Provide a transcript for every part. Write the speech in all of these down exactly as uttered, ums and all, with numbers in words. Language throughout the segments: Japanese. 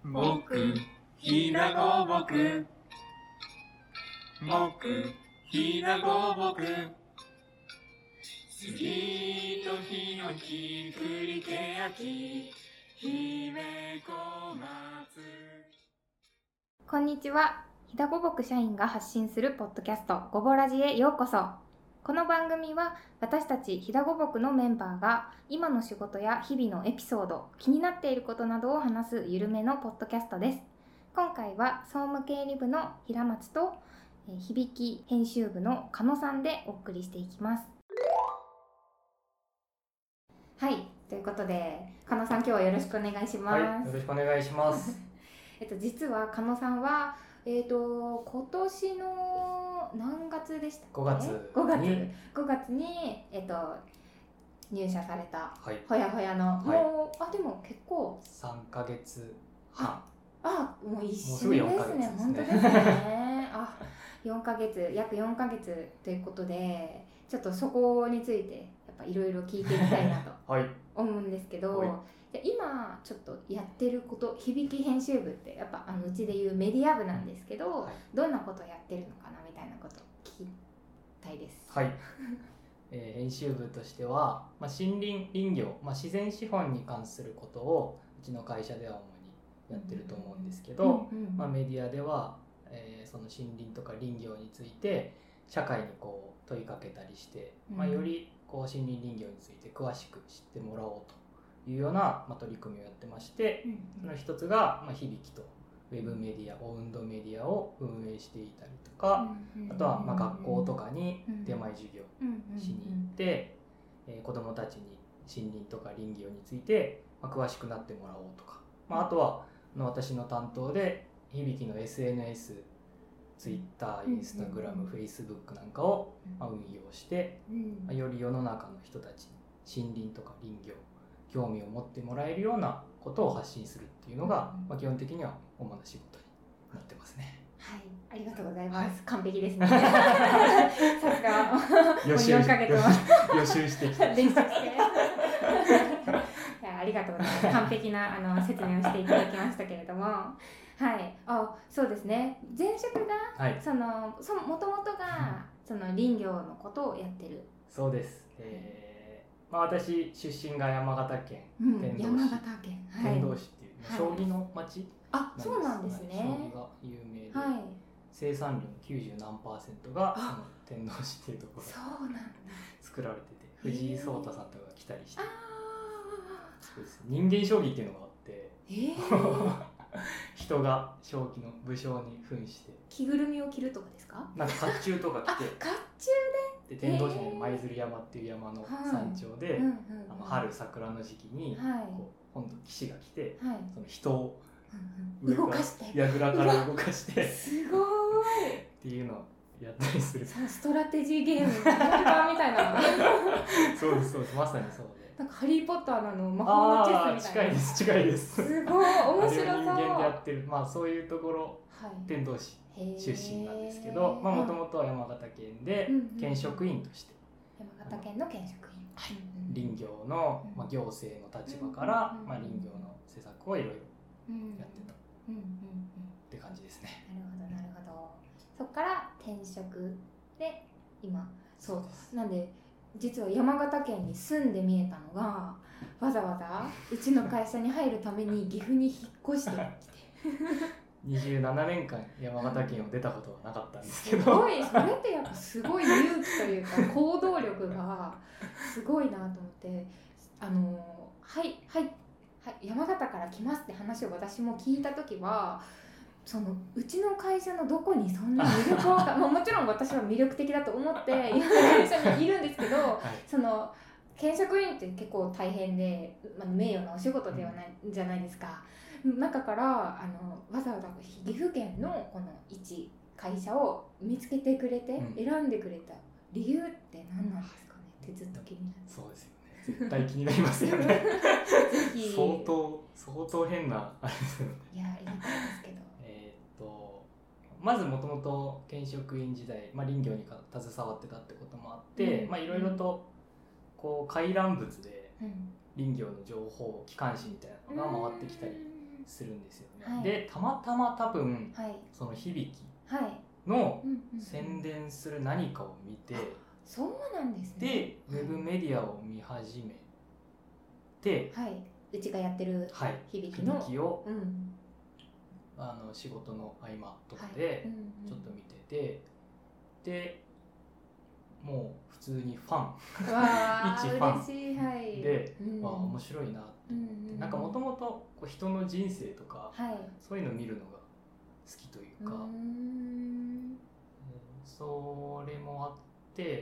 僕ひなごぼく僕ひなごぼく杉とヒノキ栗けやき姫小松。 こんにちは。ひだごぼく社員が発信するポッドキャストごぼラジへようこそ。この番組は私たちひだごぼくのメンバーが今の仕事や日々のエピソード、気になっていることなどを話すゆるめのポッドキャストです。今回は総務経理部の平松と響き編集部の加野さんでお送りしていきます。はい、ということで加野さん、今日はよろしくお願いします。 はい、よろしくお願いしますえっと実は加野さんはえーと今年の何月でしたっけ？ ごがつごがつごがつに、えっと、入社された、はい、ほやほやの、はい、もうあでも結構さんかげつはん。 あもう一瞬ですね。 もうすぐよんかげつですね。 本当ですねあよんかげつ、約よんかげつということで、ちょっとそこについてやっぱいろいろ聞いてみたいなと思うんですけど、はい、で今ちょっとやってること、響き編集部ってやっぱあのうちでいうメディア部なんですけど、はい、どんなことをやってるのかなみたいなことを聞きたいです。 はい、えー、編集部としては、まあ、森林林業、まあ、自然資本に関することをうちの会社では主にやってると思うんですけど、まあ、メディアでは、えー、その森林とか林業について社会にこう問いかけたりして、まあ、よりこう森林林業について詳しく知ってもらおうというような、まあ、取り組みをやってまして、うんうん、その一つが、まあ、響きとウェブメディア、オウンドメディアを運営していたりとか、うんうん、あとはまあ学校とかに出前授業しに行って、うんうんうん、えー、子どもたちに森林とか林業について、まあ、詳しくなってもらおうとか、まあ、あとはの私の担当で響きの エスエヌエス、Twitter、Instagram、Facebook なんかをまあ運用して、まあ、より世の中の人たちに森林とか林業興味を持ってもらえるようなことを発信するっていうのが、まあ、基本的には主な仕事になってますね。 はい、ありがとうございます。はい、完璧ですね。さすが。予習よんかげつも予習してきて。 練習して。いや、ありがとうございます。完璧なあの説明をしていただきましたけれども、はい、あ、そうですね。前職が、はい、そのそもともとがその林業のことをやってる。 そうです。えーまあ、私出身が山形県天童市、 山形県、 はい、天童市っていう、将棋の町、 あ、そうなんですね。 将棋が有名で、はい、生産量のきゅうじゅうなんパーセントがその天童市っていうところで作られてて、藤井聡太さんとかが来たりして、そうです、人間将棋っていうのがあって、えー、人が将棋の武将に扮して着ぐるみを着るとかですか？ なんか甲冑とか着て、 甲冑で天童市の舞鶴山っていう山の山頂で、はい、あの春桜の時期に、はい、こう今度騎士が来て、はい、その人を動かして櫓から動かしてすごいっていうのをやったりする。 ストラテジーゲームみたいなそうですそうです、まさにそうで、 なんかハリーポッターの魔法のチェスみたいな。 近いです近いです。 すごい面白そう。 人間でやってる、まあそういうところ、はい、天童市出身なんですけど、もともとは山形県で県職員として、 うんうん、山形県の県職員、 はい、林業の、まあ、行政の立場から、まあ、林業の施策をいろいろやってたって感じですね。 なるほどなるほど。そこから転職で今、そうです。なんで実は山形県に住んで見えたのが、わざわざうちの会社に入るために岐阜に引っ越してきてにじゅうななねんかん山形県を出たことはなかったんですけど、 すごい、それってやっぱすごい勇気というか行動力がすごいなと思って、あのはいはい、はい、山形から来ますって話を私も聞いた時は、そのうちの会社のどこにそんな魅力をか、まあ、もちろん私は魅力的だと思って今の会社にいるんですけど、はい、その県職員って結構大変で、まあ、名誉なお仕事ではないじゃないですか。中からあのわざわざ岐阜県のこの一会社を見つけてくれて、うん、選んでくれた理由って何なんですかねってずっと気になる。 そうですよね、絶対気になりますよねぜひ相当相当変なあれですよね。 いや、ありがたいですけど、 えっとまずもともと県職員時代、まあ、林業に携わってたってこともあって、うん、まあいろいろとこう回覧物で林業の情報機関誌みたいなのが回ってきたりするんですよね、 はい、 でたまたま多分、 はい、 その響はいのうんうんうん宣伝する何かを見て、 そうなんですね。 でウェブメディアを見始めて、 はい、うちがやってるはい、 響きの、 響きをうん、 あの仕事の合間とかはいでうんうんちょっと見てて、でもう普通にファンわ一ファンー嬉しい、はい、 で、 うん、 あ面白いなって思って、 うんうん、 なんかもともと人の人生とか、 はい、 そういうのを見るのが好きというか、 うーんそれもあって、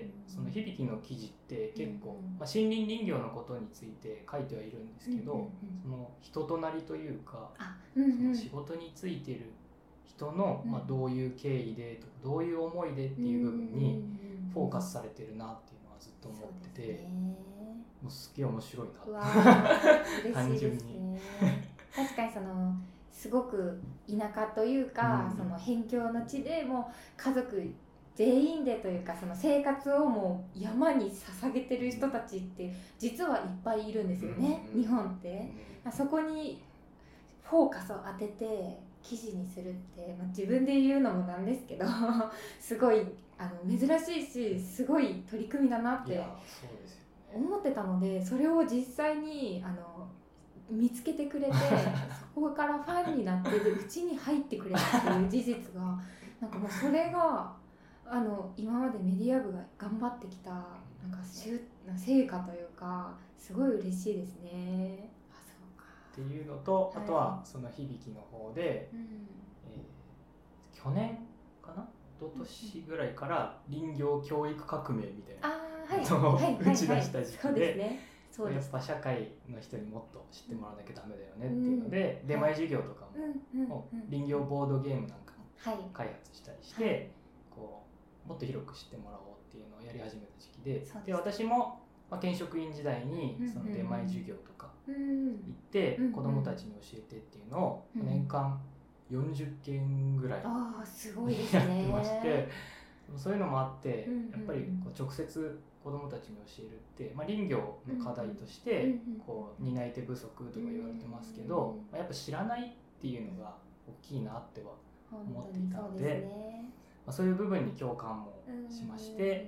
うん、 その響きの記事って結構、 うんうんまあ、森林林業のことについて書いてはいるんですけど、 うんうんうん、 その人となりというか、 あ、うんうん、 その仕事についてる人の、 うんまあ、どういう経緯でとかどういう思いでっていう部分にフォーカスされてるなっていうのはずっと思ってて、 そうですね、 もうすげえ面白いなって。 うわー単嬉しい純にですね。確かにそのすごく田舎というか、 うん、 その辺境の地でもう家族全員でというか、その生活をもう山に捧げてる人たちって実はいっぱいいるんですよね、 うん、 日本ってうん、 そこにフォーカスを当てて記事にするって、まあ、自分で言うのもなんですけどすごいあの珍しいし、すごい取り組みだなっていやそうですよね、 思ってたので、それを実際にあの見つけてくれてそこからファンになってるうちに入ってくれたっていう事実がなんかもうそれがあの今までメディア部が頑張ってきたなんか成果というか、すごい嬉しいですね。あ、そうかっていうのと、 はい、 あとはその響きの方で、 うん、 えー、去年かな一昨年ぐらいから林業教育革命みたいなのを打ち出した時期で、やっぱ社会の人にもっと知ってもらわなきゃダメだよねっていうので、うん、出前授業とかも、うん、林業ボードゲームなんかも開発したりして、はい、こうもっと広く知ってもらおうっていうのをやり始めた時期で、で私も、まあ、県職員時代にその出前授業とか行って子どもたちに教えてっていうのを年間よんじゅっけんぐらいやってまして、そういうのもあってやっぱりこう直接子どもたちに教えるって、まあ、林業の課題としてこう担い手不足とか言われてますけど、まあ、やっぱ知らないっていうのが大きいなっては思っていたので、まあ、そういう部分に共感もしまして、え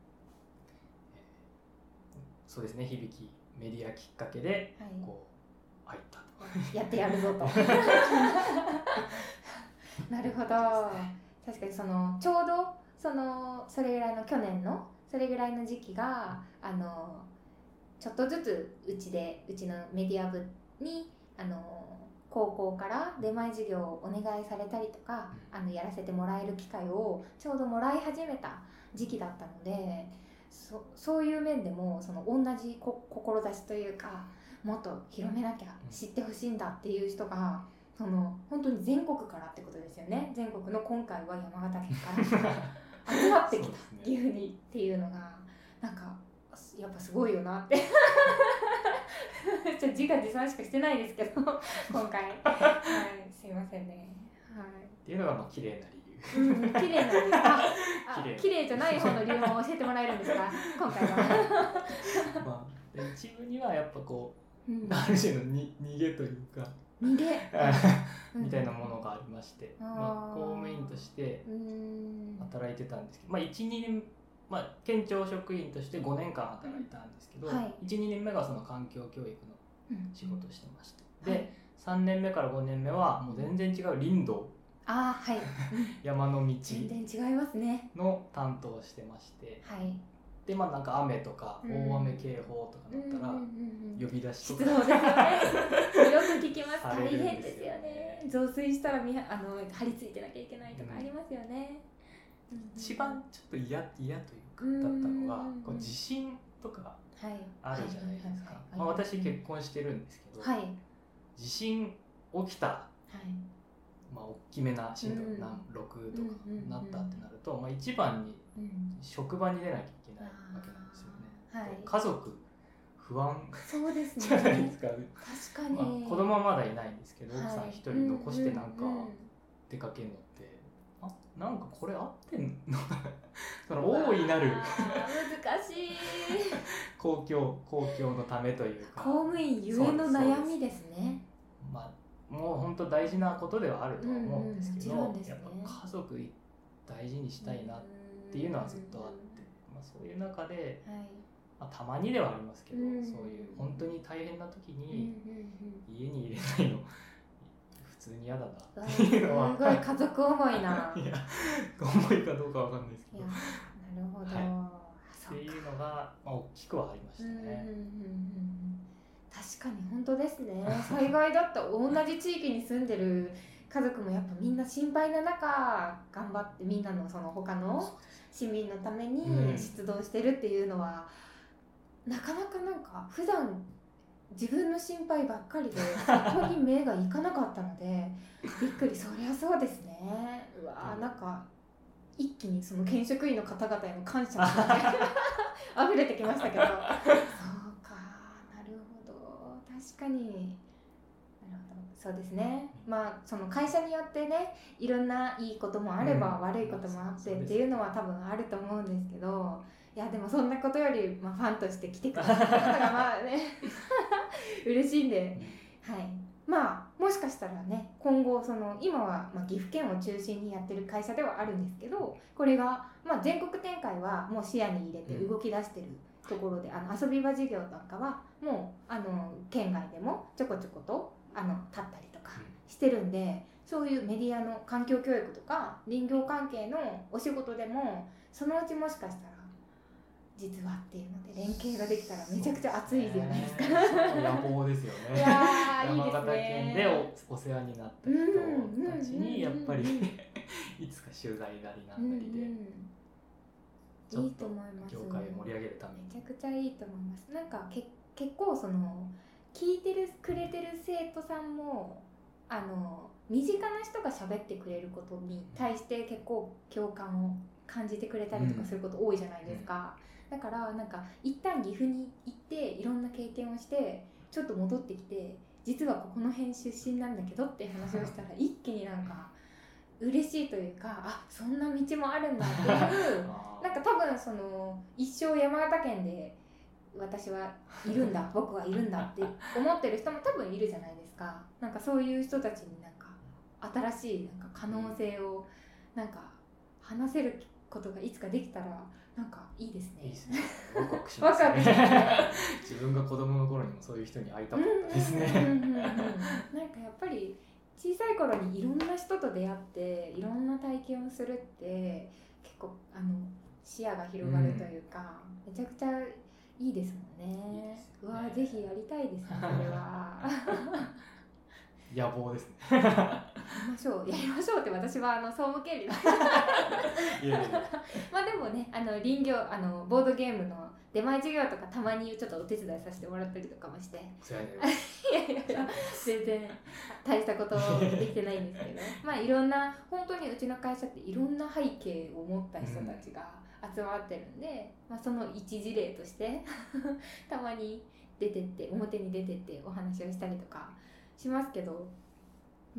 ー、そうですね、響きメディアきっかけでこう入ったと、 はい、やってやるぞとなるほど。確かにそのちょうどそのそれぐらいの去年のそれぐらいの時期があのちょっとずつうちでうちのメディア部にあの高校から出前授業をお願いされたりとか、あのやらせてもらえる機会をちょうどもらい始めた時期だったので、 そ, そういう面でもその同じこ志というか、もっと広めなきゃ知ってほしいんだっていう人がその本当に全国からってことですよね。全国の今回は山形県から集まってきた岐阜にっていうのがなんかやっぱすごいよなってちょ自画自賛しかしてないですけど今回、はい、すいませんね、はい、 っていうのがまあ綺麗な理由、うん、綺麗な理由、ああ綺麗じゃない方の理由も教えてもらえるんですか今回はまあで一部にはやっぱこう、うん、ある種のに逃げというか逃げみたいなものがありまして、うん、まあ、公務員として働いてたんですけど、まあ、いち、にねん、まあ、県庁職員としてごねんかん働いたんですけど、うん、はい、いち、にねんめがその環境教育の仕事をしてまして、うん、で、はい、さんねんめからごねんめはもう全然違う林道、 あ、はい、 山の道全然違いますねの担当をしてまして、 はい、 で、まあ、なんか雨とか大雨警報とかだったら呼び出しとか、 そうですよねよく聞きます。大変ですよね。増水したらみあの張り付いてなきゃいけないとかありますよね、 うん、一番ちょっと嫌嫌というかだったのが、こう地震とかあるじゃないですか。私結婚してるんですけど、はい、地震起きた、はい、まあ、大きめな震度ろくとかなったってなると、まあ、一番に職場に出なきゃいけないわけなんですよね、はい、家族不安そうですねじゃないですか。 確かに、 まあ、子供はまだいないんですけど、はい、奥さん一人残してなんか出かけるのって、うんうん、あ、なんかこれ合ってんのその大いなる難しい公共公共のためというか、 公務員ゆえの悩みですね。 まあもう本当大事なことではあるとは思うんですけど、 うんうん、ね、 やっぱ家族大事にしたいなっていうのはずっとあって、まあ、そういう中で、はい、まあ、たまにではありますけど、うんうん、そういう本当に大変な時に家に入れないの普通に嫌だなっていうのはすごい家族思いないや思いかどうかわかんないですけど、 いやなるほど、 はい、っていうのが、まあ、大きくはありましたね。うんうんうんうん、 確かに本当ですね。災害だった同じ地域に住んでる家族もやっぱみんな心配な中頑張ってみんなのその他の市民のために出動してるっていうのは、うん、なかなかなんか普段自分の心配ばっかりでそこに目がいかなかったのでびっくり。そりゃそうですね。うわー、なんか一気にその県職員の方々への感謝が溢れてきましたけどそうか、なるほど、確かに、なるほど、そうですね。まあその会社によってね、いろんないいこともあれば悪いこともあってっていうのは多分あると思うんですけど、いやでもそんなことより、まあ、ファンとして来てくださったことがまあね嬉しいんで、はい、まあもしかしたらね、今後その今はまあ岐阜県を中心にやってる会社ではあるんですけど、これがまあ全国展開はもう視野に入れて動き出してるところで、あの遊び場事業なんかはもうあの県外でもちょこちょことあの立ったりとかしてるんで、そういうメディアの環境教育とか林業関係のお仕事でもそのうちもしかしたら実はっていうので連携ができたらめちゃくちゃ熱いじゃないですか。 野望ですよね。 いやー、いいですね。 山形県で お, お世話になった人たちにやっぱりいつか取材なりなんなりで、うんうん、ちょっと業界を盛り上げるためにめちゃくちゃいいと思います。なんかけ結構その聞いてるくれてる生徒さんもあの身近な人が喋ってくれることに対して結構共感を感じてくれたりとかすること多いじゃないですか、うん、だからなんか一旦岐阜に行っていろんな経験をしてちょっと戻ってきて、実はここの辺出身なんだけどっていう話をしたら一気になんか嬉しいというか、あ、そんな道もあるんだっていうなんか多分その一生山形県で私はいるんだ僕はいるんだって思ってる人も多分いるじゃないですか。なんかそういう人たちになんか新しいなんか可能性をなんか話せることがいつかできたらなんかいいですね。 いいですね。ワクワクしますね。自分が子供の頃にもそういう人に会いたかったですね。 なんかやっぱり小さい頃にいろんな人と出会っていろんな体験をするって結構あの視野が広がるというか、うん、めちゃくちゃいいですもんね。いいですね。うわー、ぜひやりたいですね、それは。 野望ですね。 やりましょう、やりましょうって私はあの総務経理だ。いやいやまあでもね、あの林業あのボードゲームの出前授業とかたまにちょっとお手伝いさせてもらったりとかもして。いやいやいや、全然大したことできてないんですけど、まあいろんな本当にうちの会社っていろんな背景を持った人たちが集まってるんで、まあ、その一事例としてたまに出てって表に出てってお話をしたりとかしますけど、うん、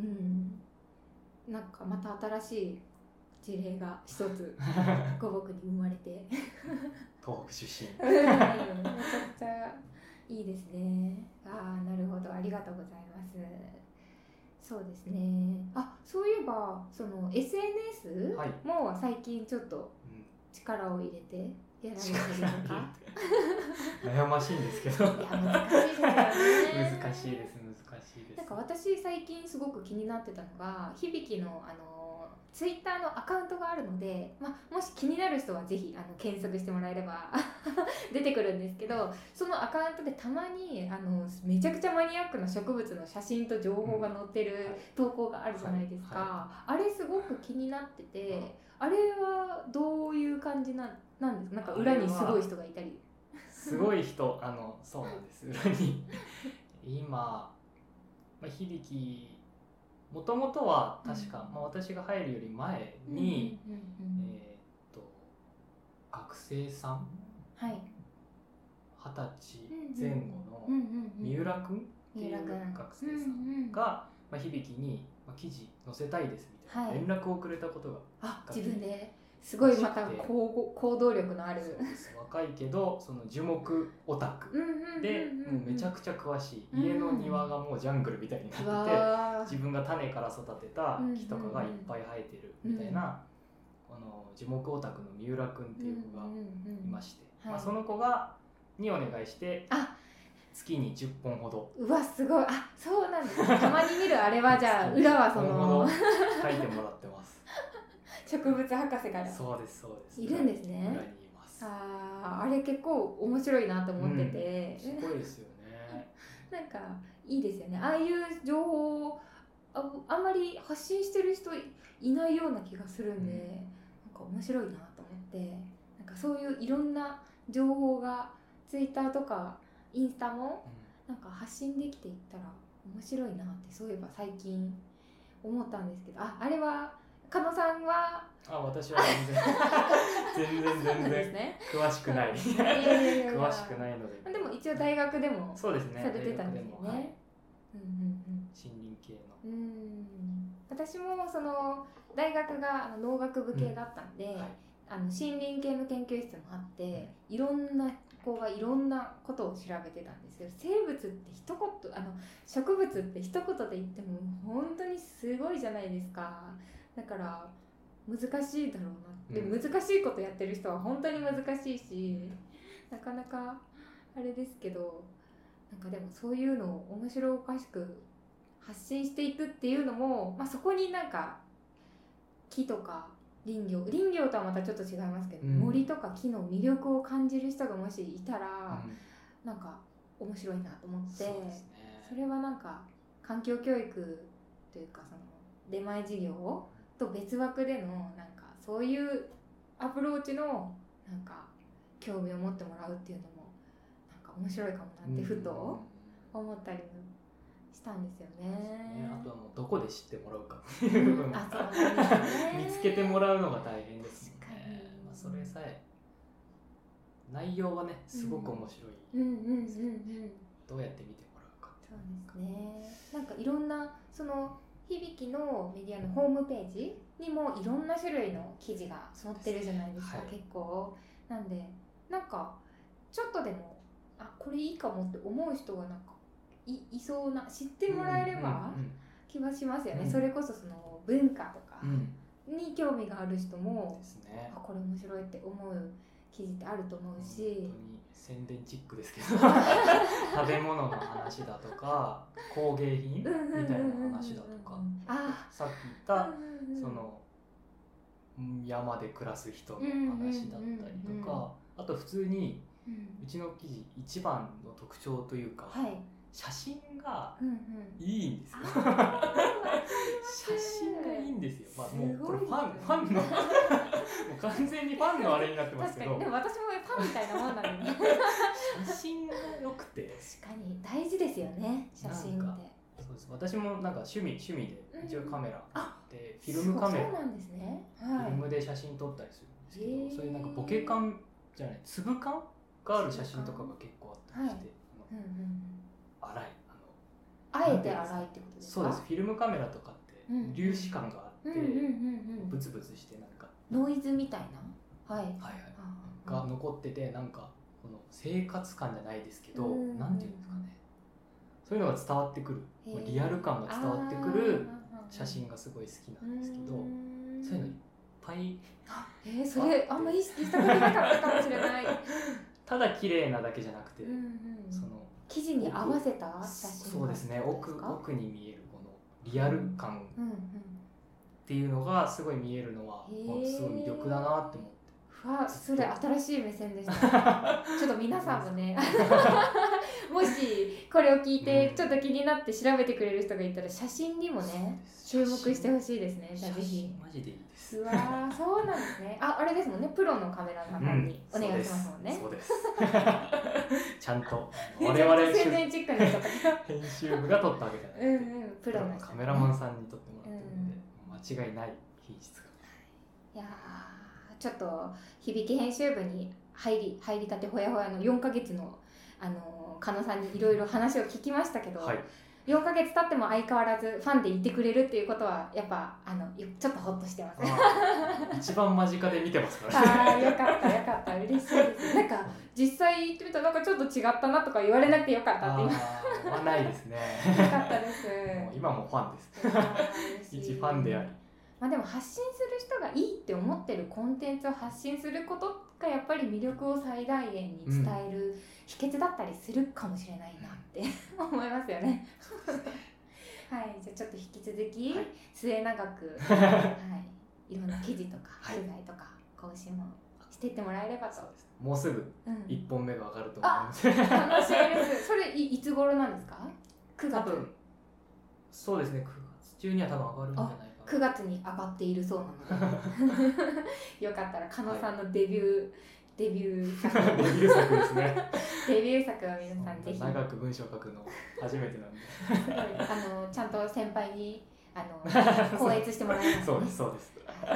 なんかまた新しい事例が一つ五木に生まれて東北出身めちゃくちゃいいですね。ああ、なるほど、ありがとうございます。そうですね。あ、そういえばその エスエヌエス も最近ちょっと力を入れてやられてるのか、 悩ましいんですけど。いや、 難しいですよね。 難しいです難しいです。 なんか私最近すごく気になってたのが響のあのツイッターのアカウントがあるので、まあ、もし気になる人はぜひあの検索してもらえれば出てくるんですけど、そのアカウントでたまにあのめちゃくちゃマニアックな植物の写真と情報が載ってる投稿があるじゃないですか、はいはいはい、あれすごく気になってて、あれはどういう感じななんですか？なんか裏にすごい人がいたり。 すごい人、あのそうなんです。裏に今、まあ、響もともとは確か、うんまあ、私が入るより前に、うんうんうん、えー、っと学生さん、 はい、 はたち前後の三浦くんっていう学生さんが、まあ、響に、まあ、記事載せたいですみたいな連絡をくれたことが、 はい、あ、自分ですごいまた行行動力のある。 そうです。若いけどその樹木オタクでもうめちゃくちゃ詳しい、家の庭がもうジャングルみたいになってて、自分が種から育てた木とかがいっぱい生えてるみたいな、この樹木オタクの三浦くんっていう子がいまして、まあ、その子がにお願いして月にじゅっぽんほど。 うわすごい。あ、そうなんです。たまに見るあれはじゃあ裏はその書いてもらってます。 植物博士がそうですそうです。 いるんですね。 裏にいます。 ああ、あれ結構面白いなと思ってて、 うん、すごいですよね。 なんかいいですよね。ああいう情報を あ, あんまり発信してる人いないような気がするんで、うん、なんか面白いなと思って、なんかそういういろんな情報がツイッターとかインスタもなんか発信できていったら面白いなってそういえば最近思ったんですけど、あ、あれは加野さんはあ、私は全然全然全然、ね、詳しくないいやいやいやいや詳しくないので。 でも一応大学でもそうですね、 されてたんですよね。はい、うんうんうん、 森林系の。 うん、私もその大学が農学部系だったんで、うん、はい、あの森林系の研究室もあって、いろんな子がいろんなことを調べてたんですよ。生物って一言、あの植物って一言で言っても本当にすごいじゃないですか。だから難しいだろうなって、うん、難しいことやってる人は本当に難しいし、なかなかあれですけど、なんかでもそういうのを面白おかしく発信していくっていうのも、まあ、そこになんか木とか林業林業とはまたちょっと違いますけど、うん、森とか木の魅力を感じる人がもしいたら、うん、なんか面白いなと思って、 そ, うです、ね、それはなんか環境教育というかその出前授業と別枠でのなんかそういうアプローチのなんか興味を持ってもらうっていうのもなんか面白いかもなってふと思ったりもしたんですよね。 ね、あとはもうどこで知ってもらうかっていう部分、あ、そうなんですね、見つけてもらうのが大変ですもんね。まあ、それさえ内容はねすごく面白いんですけどね、どうやって見てもらうかっていう。 そうですね。なんかいろんなその響のメディアのホームページにもいろんな種類の記事が載ってるじゃないですか、はい、結構なんでなんかちょっとでもあこれいいかもって思う人はなんか い, いそうな知ってもらえれば気はしますよね、うんうん、それこそその文化とかに興味がある人も、うんね、あこれ面白いって思う記事ってあると思うし、 本当に宣伝チックですけど食べ物の話だとか工芸品みたいな話だとか、あさっき言ったその山で暮らす人の話だったりとか、あと普通にうちの記事一番の特徴というか、はい、写真がいいんですよ、うんうん、写真がいいんですよ。まあ、もうこれファンファンのもう完全にファンのあれになってますけど、 確かにでも私もファンみたいなもんなのに写真が良くて、 確かに大事ですよね写真って。 そうです。私もなんか趣味趣味で一応カメラあってフィルムカメラ、 そうなんですね、 はい、フィルムで写真撮ったりするんですけど、そういうなんかボケ感じゃない粒感がある写真とかが結構あったりして、はい、うんうん、粗いあえて粗いってことですか？ そうです。フィルムカメラとかって粒子感があってブツブツしてなんかノイズみたいな、はいはいはい、 が残ってて、なんかこの生活感じゃないですけど、なんていうんですかね、そういうのが伝わってくる、リアル感が伝わってくる写真がすごい好きなんですけど、そういうのいっぱい、 えー、それあんま意識したことなかったかもしれないただ綺麗なだけじゃなくて、うんうん、その記事に合わせた写真、 そうですね、奥奥に見えるこのリアル感っていうのがすごい見えるのは、うんうん、すごい魅力だなって思って。 わ、それ新しい目線でしたちょっと皆さんもねもしこれを聞いてちょっと気になって調べてくれる人がいたら写真にもね注目してほしいですね。 写真マジでいいです。 うわー、そうなんですね。あ、あれですもんね、プロのカメラマンにお願いしますもんね、 うん、そうです、そうですちゃんと我々宣伝チックな人編集部が撮ったわけじゃない、うん、 うん、プロの、ね、 カメラマンさんに撮ってもらってるんで、うん、間違いない品質が。 いやちょっと響き編集部に入り入りたてほやほやのよんかげつのあの加野さんにいろいろ話を聞きましたけど、はい、 よんかげつ経っても相変わらずファンでいてくれるっていうことはやっぱあのちょっとホッとしてます。 一番間近で見てますからね。ああよかったよかった嬉しいです。なんか実際行ってみたらなんかちょっと違ったなとか言われなくてよかったって今。 ああないですね。 よかったです。 もう今もファンです。一ファンであり。 まあでも発信する人がいいって思ってるコンテンツを発信することがやっぱり魅力を最大限に伝える秘訣だったりするかもしれないなって思いますよね。はい、じゃあちょっと引き続き、はい、末永く、はい、いろんな記事とか取材とか更新もしていってもらえればと。 もうすぐいっぽんめが上がると思います。 うん、楽しみです。それ い, いつ頃なんですか？くがつ。多分そうですね。くがつ中には多分上がるんじゃないかな。 くがつに上がっているそうなのでよかったら加納さんのデビュー、はい、デビュー作デビュー作ですね。 デビュー作は皆さんぜひ長く文章書くの初めてなんであのちゃんと先輩にあの校閲してもらいますね。 そうですそうです、 はい、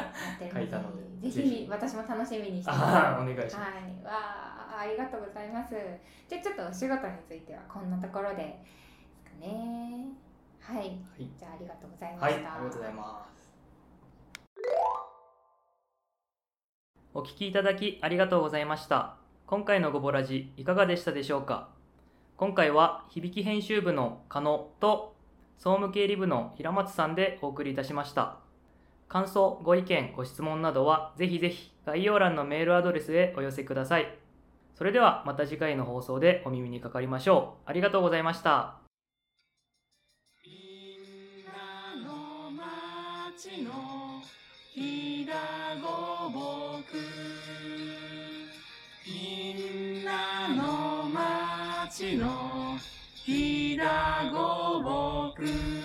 書いたのでぜひ私も楽しみにしてます。 あお願いします。 はい、わあ、ありがとうございます。じゃあちょっとお仕事についてはこんなところでですかね。はい、はい、じゃあありがとうございました。 はい、ありがとうございます。お聞きいただきありがとうございました。今回のごぼラジいかがでしたでしょうか。今回は響き編集部の加納と総務経理部の平松さんでお送りいたしました。感想、ご意見、ご質問などはぜひぜひ概要欄のメールアドレスへお寄せください。それではまた次回の放送でお耳にかかりましょう。ありがとうございました。 の飛騨ごぼくみんなの町の飛騨ごぼく